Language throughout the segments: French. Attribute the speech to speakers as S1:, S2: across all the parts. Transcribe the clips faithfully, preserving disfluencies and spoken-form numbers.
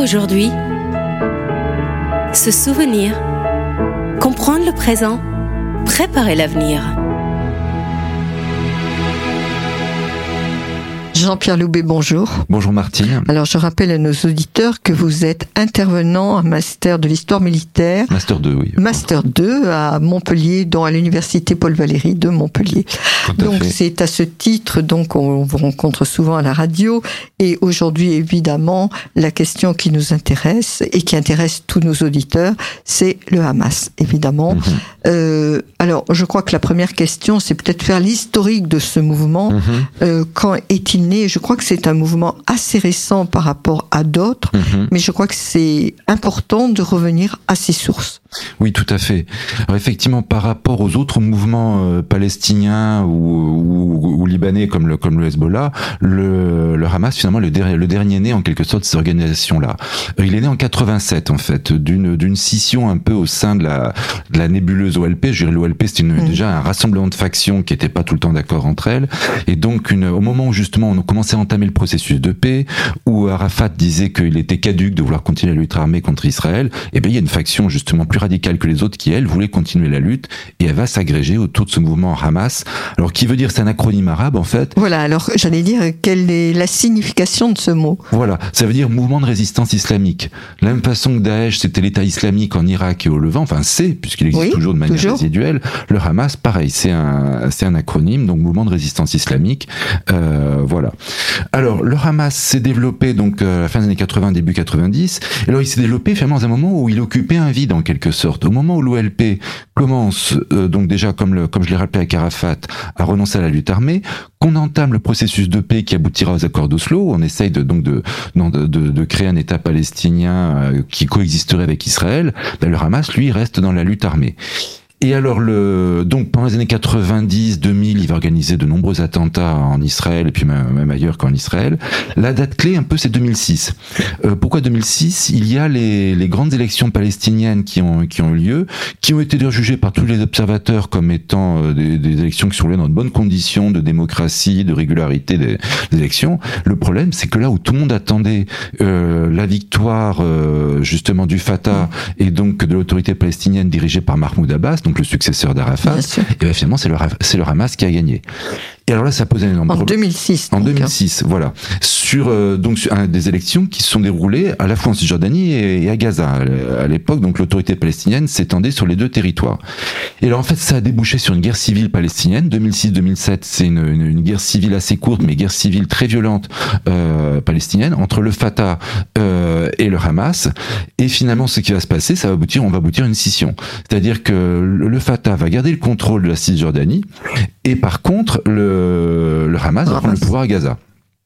S1: aujourd'hui, se souvenir, comprendre le présent, préparer l'avenir.
S2: Jean-Pierre Loubet, bonjour.
S3: Bonjour Martine.
S2: Alors je rappelle à nos auditeurs que vous êtes intervenant en master de l'histoire militaire.
S3: Master deux, oui.
S2: Master deux à Montpellier, dont à l'université Paul Valéry de Montpellier.
S3: Tout à
S2: donc
S3: fait.
S2: c'est à ce titre donc on vous rencontre souvent à la radio. Et aujourd'hui évidemment la question qui nous intéresse et qui intéresse tous nos auditeurs, c'est le Hamas évidemment. Mm-hmm. Euh, alors je crois que la première question c'est peut-être faire l'historique de ce mouvement. Mm-hmm. Euh, quand est-il né? Je crois que c'est un mouvement assez récent par rapport à d'autres, mmh. mais je crois que c'est important de revenir à ses sources.
S3: Oui, tout à fait. Alors effectivement, par rapport aux autres mouvements euh, palestiniens ou, ou, ou libanais comme le, comme le Hezbollah, le, le Hamas, finalement, le, der, le dernier né en quelque sorte de ces organisations-là. Il est né en quatre-vingt-sept, en fait, d'une, d'une scission un peu au sein de la, de la nébuleuse O L P. Je dirais l'O L P, c'était une, mmh. déjà un rassemblement de factions qui n'étaient pas tout le temps d'accord entre elles. Et donc, une, au moment où justement on commençait à entamer le processus de paix, où Arafat disait qu'il était caduque de vouloir continuer la lutte armée contre Israël, et bien il y a une faction justement plus radicale que les autres qui, elle, voulait continuer la lutte, et elle va s'agréger autour de ce mouvement Hamas. Alors, qui veut dire, c'est un acronyme arabe, en fait.
S2: Voilà, alors j'allais dire, quelle est la signification de ce mot?
S3: Voilà, ça veut dire mouvement de résistance islamique. De la même façon que Daesh, c'était l'État islamique en Irak et au Levant, enfin c'est, puisqu'il existe oui, toujours de manière toujours. résiduelle, le Hamas, pareil, c'est un, c'est un acronyme, donc mouvement de résistance islamique, euh, voilà. Alors, le Hamas s'est développé donc à la fin des années quatre-vingts, début quatre-vingt-dix. Et alors, il s'est développé finalement dans un moment où il occupait un vide en quelque sorte. Au moment où l'O L P commence, euh, donc déjà comme le, comme je l'ai rappelé avec Arafat, à renoncer à la lutte armée, qu'on entame le processus de paix qui aboutira aux accords d'Oslo. On essaye de, donc de, de, de, de créer un État palestinien euh, qui coexisterait avec Israël. Ben, le Hamas, lui, reste dans la lutte armée. Et alors, le, donc, pendant les années quatre-vingt-dix, deux mille, il va organiser de nombreux attentats en Israël, et puis même, même ailleurs qu'en Israël. La date clé, un peu, c'est deux mille six. Euh, pourquoi deux mille six? Il y a les, les grandes élections palestiniennes qui ont, qui ont eu lieu, qui ont été jugées par tous les observateurs comme étant euh, des, des élections qui sont là dans de bonnes conditions de démocratie, de régularité des, des élections. Le problème, c'est que là où tout le monde attendait euh, la victoire, euh, justement, du Fatah, et donc de l'autorité palestinienne dirigée par Mahmoud Abbas, donc le successeur d'Arafat, et bien finalement c'est le, c'est le Hamas qui a gagné. Et alors là, ça pose un énorme problème.
S2: En deux mille six.
S3: En deux mille six, hein. Voilà. Sur, euh, donc, sur un, des élections qui se sont déroulées à la fois en Cisjordanie et, et à Gaza. À l'époque, donc, l'autorité palestinienne s'étendait sur les deux territoires. Et alors, en fait, ça a débouché sur une guerre civile palestinienne. deux mille six deux mille sept, c'est une, une, une guerre civile assez courte, mais guerre civile très violente, euh, palestinienne, entre le Fatah, euh, et le Hamas. Et finalement, ce qui va se passer, ça va aboutir, on va aboutir à une scission. C'est-à-dire que le, le Fatah va garder le contrôle de la Cisjordanie, et par contre, le le Hamas va prendre le pouvoir à Gaza.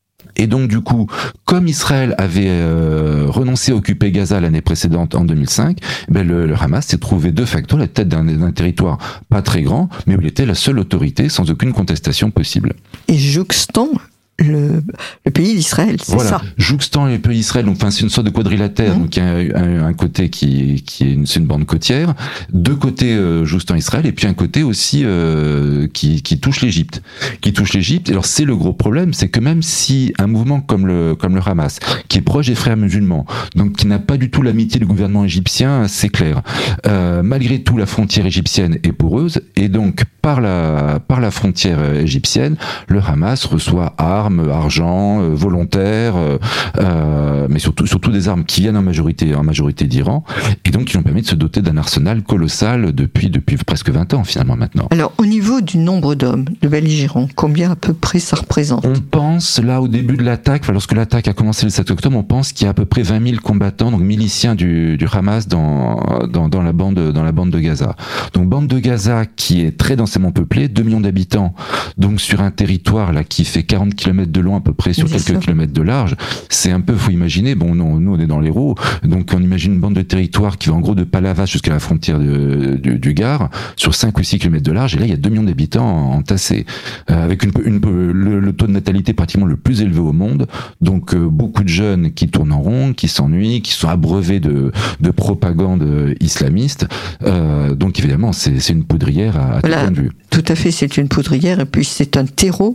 S3: Et donc du coup, comme Israël avait euh, renoncé à occuper Gaza l'année précédente en deux mille cinq, ben le, le Hamas s'est trouvé de facto à la tête d'un, d'un territoire pas très grand, mais où il était la seule autorité sans aucune contestation possible.
S2: Et jouxtant Le, le pays d'Israël, c'est
S3: voilà.
S2: ça.
S3: Jouxtant le pays d'Israël, donc enfin c'est une sorte de quadrilatère, mmh. donc il y a un, un côté qui, qui est une, c'est une bande côtière, deux côtés euh, jouxtant Israël, et puis un côté aussi euh, qui, qui touche l'Égypte, qui touche l'Égypte. Alors c'est le gros problème, c'est que même si un mouvement comme le comme le Hamas, qui est proche des frères musulmans, donc qui n'a pas du tout l'amitié du gouvernement égyptien, c'est clair. Euh, malgré tout, la frontière égyptienne est poreuse, et donc par la par la frontière égyptienne, le Hamas reçoit armes, argent, euh, volontaires, euh, euh, mais surtout surtout des armes qui viennent en majorité en majorité d'Iran, et donc qui ont permis de se doter d'un arsenal colossal depuis depuis presque vingt ans finalement maintenant.
S2: Alors au niveau du nombre d'hommes, de belligérants, combien à peu près ça représente?
S3: On pense là au début de l'attaque, enfin, lorsque l'attaque a commencé le sept octobre, on pense qu'il y a à peu près vingt mille combattants, donc miliciens du, du Hamas dans, dans dans la bande dans la bande de Gaza. Donc bande de Gaza qui est très densément peuplée, deux millions d'habitants, donc sur un territoire là qui fait quarante kilomètres de long à peu près sur Bien quelques sûr. kilomètres de large. C'est un peu, faut imaginer, bon, non, nous on est dans l'Hérault, donc on imagine une bande de territoire qui va en gros de Palavas jusqu'à la frontière de, du, du Gard, sur cinq ou six kilomètres de large, et là il y a deux millions d'habitants entassés, euh, avec une, une, le, le taux de natalité pratiquement le plus élevé au monde, donc euh, beaucoup de jeunes qui tournent en rond, qui s'ennuient, qui sont abreuvés de, de propagande islamiste, euh, donc évidemment c'est, c'est une poudrière à, à
S2: voilà,
S3: tout point de vue.
S2: Tout à fait, c'est une poudrière, et puis c'est un terreau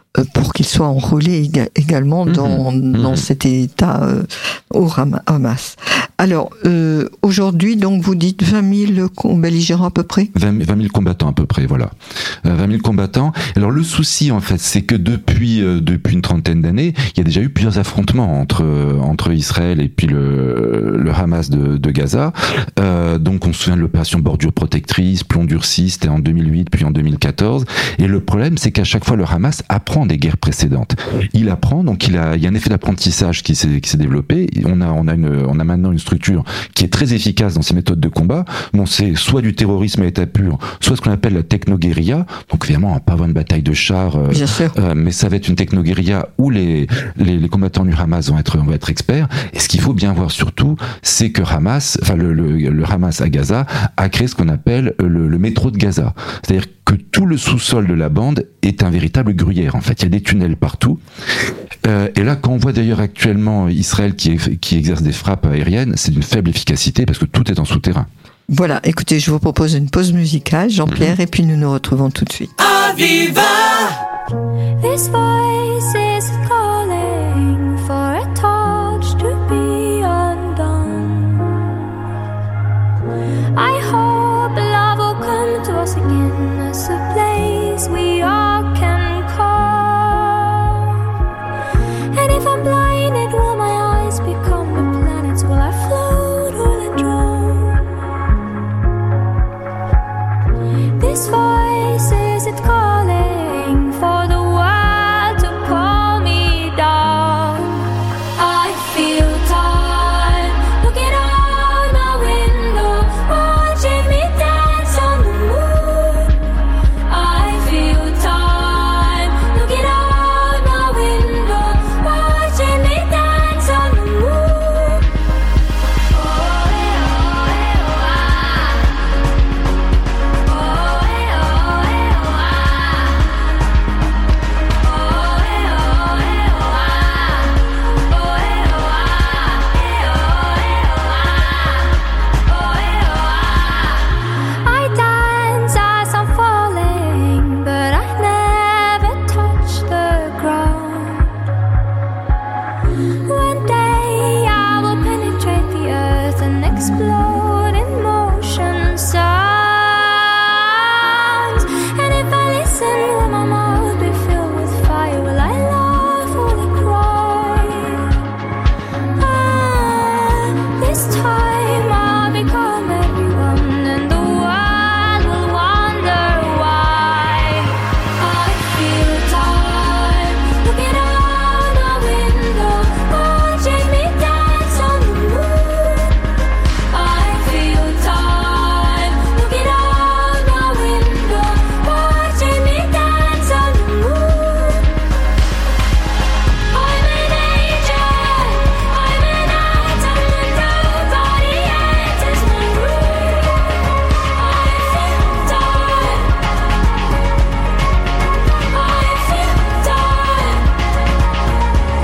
S2: pour qu'il soit enrôlé également dans, mmh, dans mmh. cet État euh, au Hamas. Alors, euh, aujourd'hui, donc, vous dites vingt mille belligérants à peu près ?
S3: vingt mille combattants à peu près, voilà. Euh, vingt mille combattants. Alors, le souci, en fait, c'est que depuis, euh, depuis une trentaine d'années, il y a déjà eu plusieurs affrontements entre, euh, entre Israël et puis le, le Hamas de, de Gaza. Euh, donc, on se souvient de l'opération Bordure Protectrice, Plomb Durci, c'était en deux mille huit, puis en deux mille quatorze. Et le problème, c'est qu'à chaque fois, le Hamas apprend des guerres précédentes. Il apprend, donc il, a, il y a un effet d'apprentissage qui s'est, qui s'est développé. On a, on a une, on a maintenant une structure qui est très efficace dans ses méthodes de combat. Bon, c'est soit du terrorisme à état pur, soit ce qu'on appelle la technoguérilla. Donc évidemment, on va pas avoir une bataille de chars, euh,
S2: Bien sûr.
S3: Euh, mais ça va être une technoguérilla où les, les, les combattants du Hamas vont être, vont être experts. Et ce qu'il faut bien voir surtout, c'est que Hamas, enfin le, le, le Hamas à Gaza a créé ce qu'on appelle le, le métro de Gaza. C'est-à-dire que tout le sous-sol de la bande est un véritable gruyère. En fait, il y a des tunnels partout. Euh, et là, quand on voit d'ailleurs actuellement Israël qui, qui exerce des frappes aériennes, c'est d'une faible efficacité parce que tout est en souterrain.
S2: Voilà, écoutez, je vous propose une pause musicale, Jean-Pierre, mmh. et puis nous nous retrouvons tout de suite.
S4: Aviva! This voice is calling for a torch to be undone. I hope love will come to us again as a place we all can call. And if I'm blinded, will my eyes become the planets? Will I float? Will I drown? This voice is it calling for the world to pull me down. I feel time looking out my window, watching me dance on the moon. I feel time looking out my window, watching me dance on the moon. Oh, eh, oh, eh, oh, ah. Oh, eh, oh, eh, oh, ah. Oh, eh, oh, eh, oh, ah. Oh, eh, oh, ah. Eh, oh, eh, oh, ah. Oh, eh, oh, ah. I dance as I'm falling, but I never touch the ground. One day I will penetrate the earth and explode in motion sounds. And if I listen, will my mouth be filled with fire? Will I laugh? Will I cry? Ah, this time I'll become everyone, and the world will wonder why. I feel time looking out the window, watching me dance on the moon. I feel time looking out the window, watching me dance on the moon. I'm an angel, I'm an atom, and nobody enters my room. I feel time, I feel time.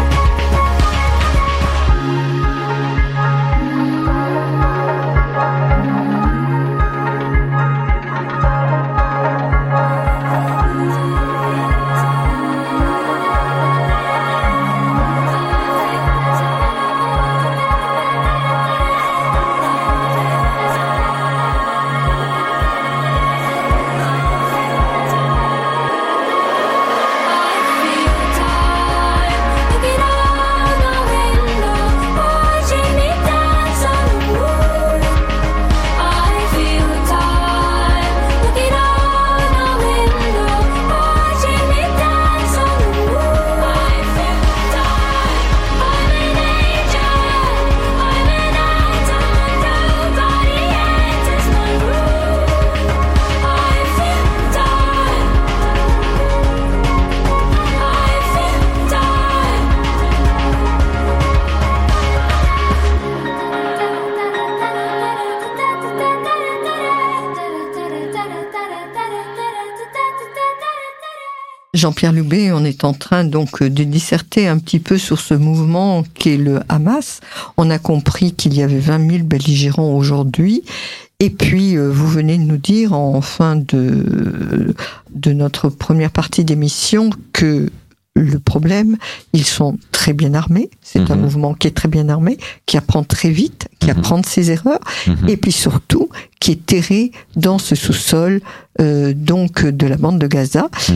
S2: Jean-Pierre Loubet, on est en train donc de disserter un petit peu sur ce mouvement qu'est le Hamas. On a compris qu'il y avait vingt mille belligérants aujourd'hui. Et puis, vous venez de nous dire en fin de, de notre première partie d'émission que le problème. Ils sont très bien armés. C'est mmh. un mouvement qui est très bien armé, qui apprend très vite, qui mmh. apprend de ses erreurs, mmh. et puis surtout qui est terré dans ce sous-sol euh, donc de la bande de Gaza. Mmh.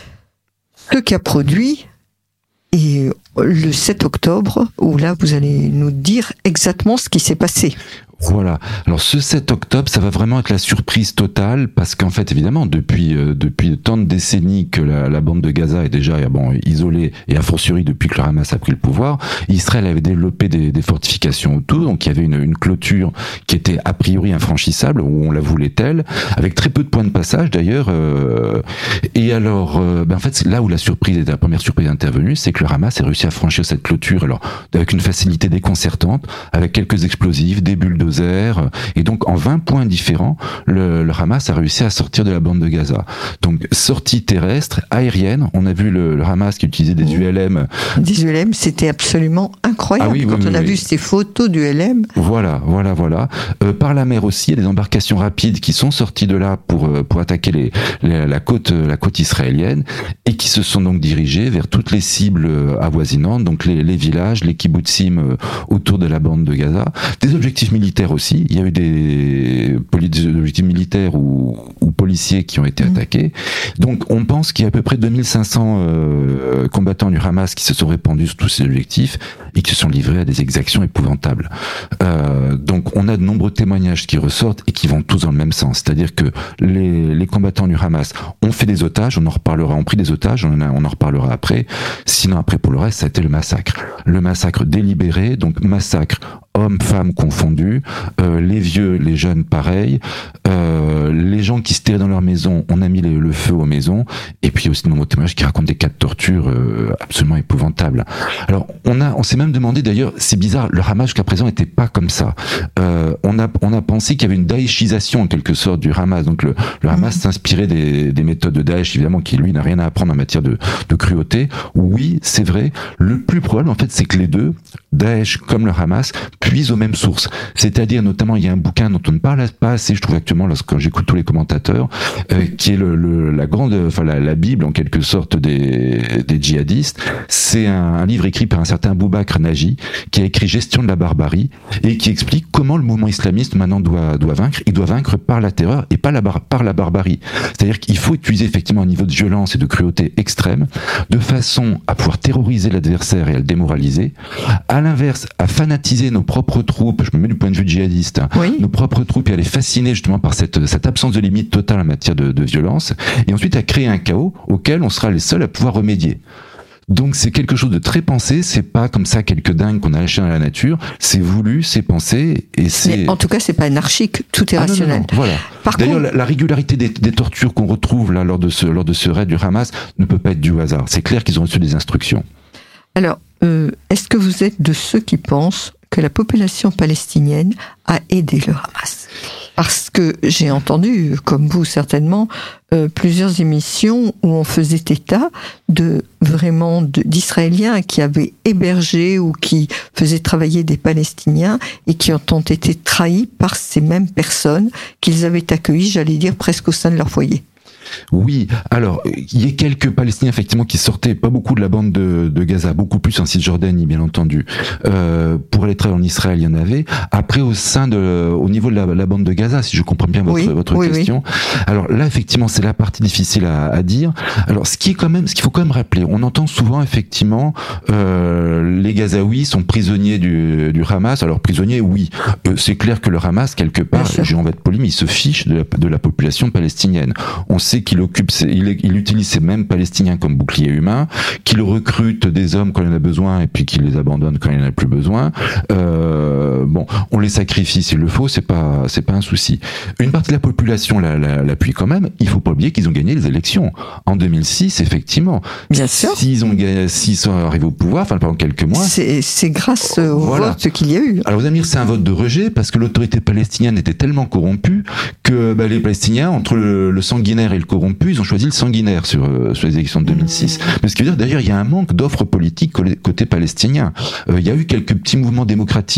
S2: Ce qui a produit, et le sept octobre, où là vous allez nous dire exactement ce qui s'est passé.
S3: Voilà. Alors ce sept octobre, ça va vraiment être la surprise totale parce qu'en fait, évidemment, depuis euh, depuis tant de décennies que la, la bande de Gaza est déjà bon isolée et a fortiori depuis que le Hamas a pris le pouvoir, Israël avait développé des, des fortifications autour, donc il y avait une, une clôture qui était a priori infranchissable, où on la voulait telle, avec très peu de points de passage d'ailleurs. Euh, et alors, euh, ben en fait, c'est là où la surprise, la première surprise est intervenue, c'est que le Hamas a réussi à franchir cette clôture, alors avec une facilité déconcertante, avec quelques explosifs, des bulles de et donc en vingt points différents, le, le Hamas a réussi à sortir de la bande de Gaza. Donc sortie terrestre, aérienne, on a vu le, le Hamas qui utilisait des U L M.
S2: Des U L M, c'était absolument incroyable. Ah oui, quand oui, on oui, a oui. vu ces photos d'U L M.
S3: Voilà, voilà, voilà. Euh, par la mer aussi, il y a des embarcations rapides qui sont sorties de là pour pour attaquer les, les, la côte la côte israélienne et qui se sont donc dirigées vers toutes les cibles avoisinantes, donc les, les villages, les kibbutzim autour de la bande de Gaza. Des objectifs militaires aussi. Il y a eu des, des objectifs militaires ou, ou policiers qui ont été mmh. attaqués. Donc, on pense qu'il y a à peu près deux mille cinq cents euh, combattants du Hamas qui se sont répandus sur tous ces objectifs et qui se sont livrés à des exactions épouvantables. Euh, donc, on a de nombreux témoignages qui ressortent et qui vont tous dans le même sens. C'est-à-dire que les, les combattants du Hamas ont fait des otages, on en reparlera, ont pris des otages, on en, a, on en reparlera après. Sinon, après, pour le reste, ça a été le massacre. Le massacre délibéré, donc massacre hommes, femmes confondus, euh, les vieux, les jeunes, pareil, euh, les gens qui se terraient dans leur maison, on a mis les, le feu aux maisons, et puis aussi de nombreux témoignages qui racontent des cas de torture euh, absolument épouvantables. Alors, on a, on s'est même demandé d'ailleurs, c'est bizarre, le Hamas jusqu'à présent n'était pas comme ça. Euh, on a, on a pensé qu'il y avait une daéchisation en quelque sorte du Hamas. Donc le, le Hamas mmh. s'inspirait des, des méthodes de Daesh, évidemment, qui lui n'a rien à apprendre en matière de, de cruauté. Oui, c'est vrai. Le plus probable, en fait, c'est que les deux, Daesh comme le Hamas, puisent aux mêmes sources. C'est-à-dire, notamment, il y a un bouquin dont on ne parle pas assez, je trouve actuellement, lorsque j'écoute tous les commentateurs, euh, qui est le, le, la grande, enfin la, la Bible en quelque sorte des, des djihadistes. C'est un, un livre écrit par un certain Boubacar Naji, qui a écrit Gestion de la barbarie et qui explique comment le mouvement islamiste maintenant doit doit vaincre. Il doit vaincre par la terreur et pas la bar, par la barbarie. C'est-à-dire qu'il faut utiliser effectivement un niveau de violence et de cruauté extrême, de façon à pouvoir terroriser l'adversaire et à le démoraliser. À l'inverse, à fanatiser nos propres troupes, je me mets du point de vue djihadiste, hein, oui. nos propres troupes et à les fasciner justement par cette, cette absence de limite totale en matière de, de violence, et ensuite à créer un chaos auquel on sera les seuls à pouvoir remédier. Donc c'est quelque chose de très pensé, c'est pas comme ça quelques dingues qu'on a lâchés dans la nature, c'est voulu, c'est pensé, et c'est...
S2: Mais en tout cas, c'est pas anarchique, tout est ah, rationnel.
S3: Non, non, non, voilà. Par D'ailleurs, contre... la, la régularité des, des tortures qu'on retrouve là lors de ce, lors de ce raid du Hamas ne peut pas être du hasard. C'est clair qu'ils ont reçu des instructions.
S2: Alors, euh, est-ce que vous êtes de ceux qui pensent que la population palestinienne a aidé le Hamas? Parce que j'ai entendu, comme vous certainement, euh, plusieurs émissions où on faisait état de vraiment de, d'Israéliens qui avaient hébergé ou qui faisaient travailler des Palestiniens et qui ont été trahis par ces mêmes personnes qu'ils avaient accueillis, j'allais dire, presque au sein de leur foyer.
S3: Oui, alors, il y a quelques Palestiniens, effectivement, qui sortaient, pas beaucoup de la bande de, de Gaza, beaucoup plus en Cisjordanie, bien entendu. Euh, pour aller travailler en Israël, il y en avait. Après, au sein de, au niveau de la, la bande de Gaza, si je comprends bien votre, oui, votre oui, question. Oui. Alors là, effectivement, c'est la partie difficile à, à dire. Alors, ce qui est quand même, ce qu'il faut quand même rappeler, on entend souvent, effectivement, euh, les Gazaouis sont prisonniers du, du Hamas. Alors, prisonniers, oui. Euh, c'est clair que le Hamas, quelque part, on va être poli, mais il se fiche de la, de la population palestinienne. On sait qu'il occupe, il, il utilise ces mêmes Palestiniens comme bouclier humain, qu'il recrute des hommes quand il en a besoin et puis qu'il les abandonne quand il n'en a plus besoin. Euh, bon, on les sacrifie s'il le faut, c'est pas, c'est pas un souci. Une partie de la population la, la, l'appuie quand même. Il faut pas oublier qu'ils ont gagné les élections en deux mille six, effectivement.
S2: Bien sûr.
S3: S'ils ont gagné, s'ils sont arrivés au pouvoir, enfin pendant quelques mois.
S2: C'est, c'est grâce au voilà. vote qu'il y a eu.
S3: Alors vous allez me dire, c'est un vote de rejet parce que l'autorité palestinienne était tellement corrompue que bah, les Palestiniens, entre le, le sanguinaire et le corrompu, ils ont choisi le sanguinaire sur, euh, sur les élections de deux mille six. Mais ce qui veut dire, d'ailleurs, il y a un manque d'offres politiques côté palestinien. Euh, il y a eu quelques petits mouvements démocratiques qui ont essayé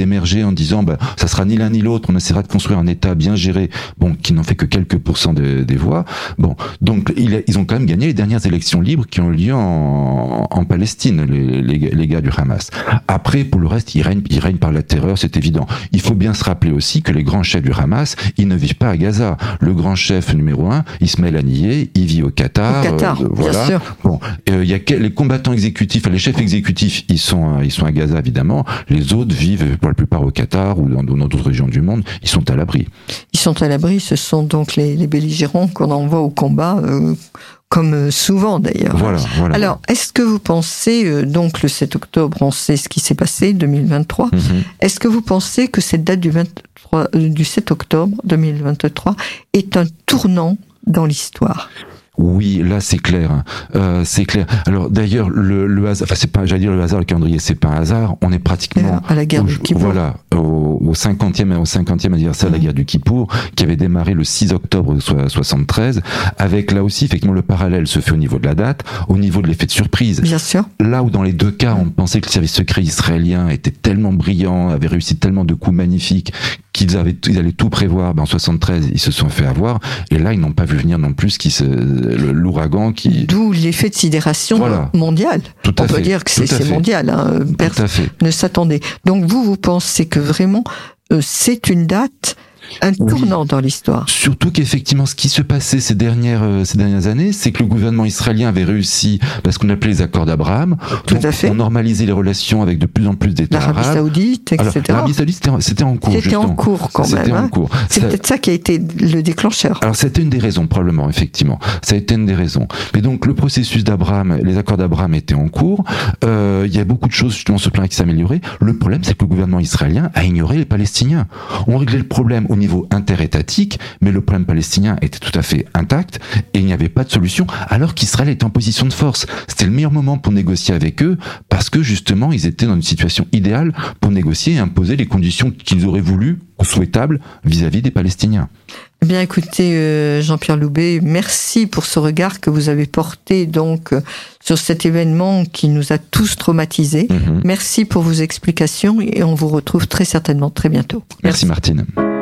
S3: d'émerger en disant, bah, ça sera ni l'un ni l'autre, on essaiera de construire un État bien géré, bon, qui n'en fait que quelques pourcents de, des voix. Bon, donc il, ils ont quand même gagné les dernières élections libres qui ont eu lieu en, en Palestine, les, les, les gars du Hamas. Après, pour le reste, ils règnent, ils règnent par la terreur, c'est évident. Il faut bien se rappeler aussi que les grands chefs du Hamas, ils ne vivent pas à Gaza. Le grand chef numéro un, Ismaël Haniyeh, il vit au Qatar.
S2: Au Qatar,
S3: euh, voilà.
S2: bien sûr.
S3: Bon, il euh, y a les combattants exécutifs, les chefs exécutifs, ils sont, ils sont à Gaza évidemment. Les autres vivent pour la plupart au Qatar ou dans d'autres régions du monde. Ils sont à l'abri.
S2: Ils sont à l'abri. Ce sont donc les, les belligérants qu'on envoie au combat. Euh, Comme souvent d'ailleurs.
S3: Voilà, voilà.
S2: Alors, est-ce que vous pensez, euh, donc le sept octobre, on sait ce qui s'est passé, deux mille vingt-trois, mm-hmm. Est-ce que vous pensez que cette date du, vingt-trois, euh, du sept octobre deux mille vingt-trois est un tournant dans l'histoire ?
S3: Oui, là c'est clair, euh, c'est clair. Alors d'ailleurs le, le hasard, enfin c'est pas, j'allais dire le hasard, le calendrier, c'est pas un hasard. On est pratiquement
S2: à la guerre
S3: au,
S2: du Kippour.
S3: Voilà, au, au cinquantième au cinquantième anniversaire mmh. de la guerre du Kippour, qui avait démarré le six octobre soixante-treize, avec là aussi effectivement le parallèle se fait au niveau de la date, au niveau de l'effet de surprise.
S2: Bien sûr.
S3: Là où dans les deux cas on pensait que le service secret israélien était tellement brillant, avait réussi tellement de coups magnifiques qu'ils avaient, ils allaient tout prévoir. Ben en soixante-treize, ils se sont fait avoir, et là ils n'ont pas vu venir non plus ce qui se l'ouragan qui...
S2: D'où l'effet de sidération voilà. mondial.
S3: Tout à
S2: On
S3: fait.
S2: peut dire que c'est, c'est mondial. Hein. Personne ne s'attendait. Donc vous, vous pensez que vraiment, euh, c'est une date, un tournant oui. dans l'histoire.
S3: Surtout qu'effectivement, ce qui se passait ces dernières euh, ces dernières années, c'est que le gouvernement israélien avait réussi, parce qu'on appelait les accords d'Abraham,
S2: tout à fait,
S3: on normalisait les relations avec de plus en plus d'États arabes.
S2: L'Arabie Saoudite, et cetera.
S3: Alors, l'Arabie Saoudite, c'était, c'était en cours.
S2: C'était
S3: justement.
S2: en cours quand
S3: c'était
S2: même. C'était
S3: en
S2: hein.
S3: cours.
S2: C'est ça... peut-être ça qui a été le déclencheur.
S3: Alors c'était une des raisons probablement, effectivement. Ça a été une des raisons. Mais donc le processus d'Abraham, les accords d'Abraham étaient en cours. Euh, il y a beaucoup de choses justement sur ce plan qui s'amélioraient. Le problème, c'est que le gouvernement israélien a ignoré les Palestiniens. On réglait le problème au niveau interétatique, mais le problème palestinien était tout à fait intact et il n'y avait pas de solution, alors qu'Israël était en position de force. C'était le meilleur moment pour négocier avec eux, parce que justement ils étaient dans une situation idéale pour négocier et imposer les conditions qu'ils auraient voulu ou souhaitables vis-à-vis des Palestiniens.
S2: Eh bien, écoutez, euh, Jean-Pierre Loubet, merci pour ce regard que vous avez porté donc euh, sur cet événement qui nous a tous traumatisés. Mm-hmm. Merci pour vos explications et on vous retrouve très certainement très bientôt.
S3: Merci, merci. Martine.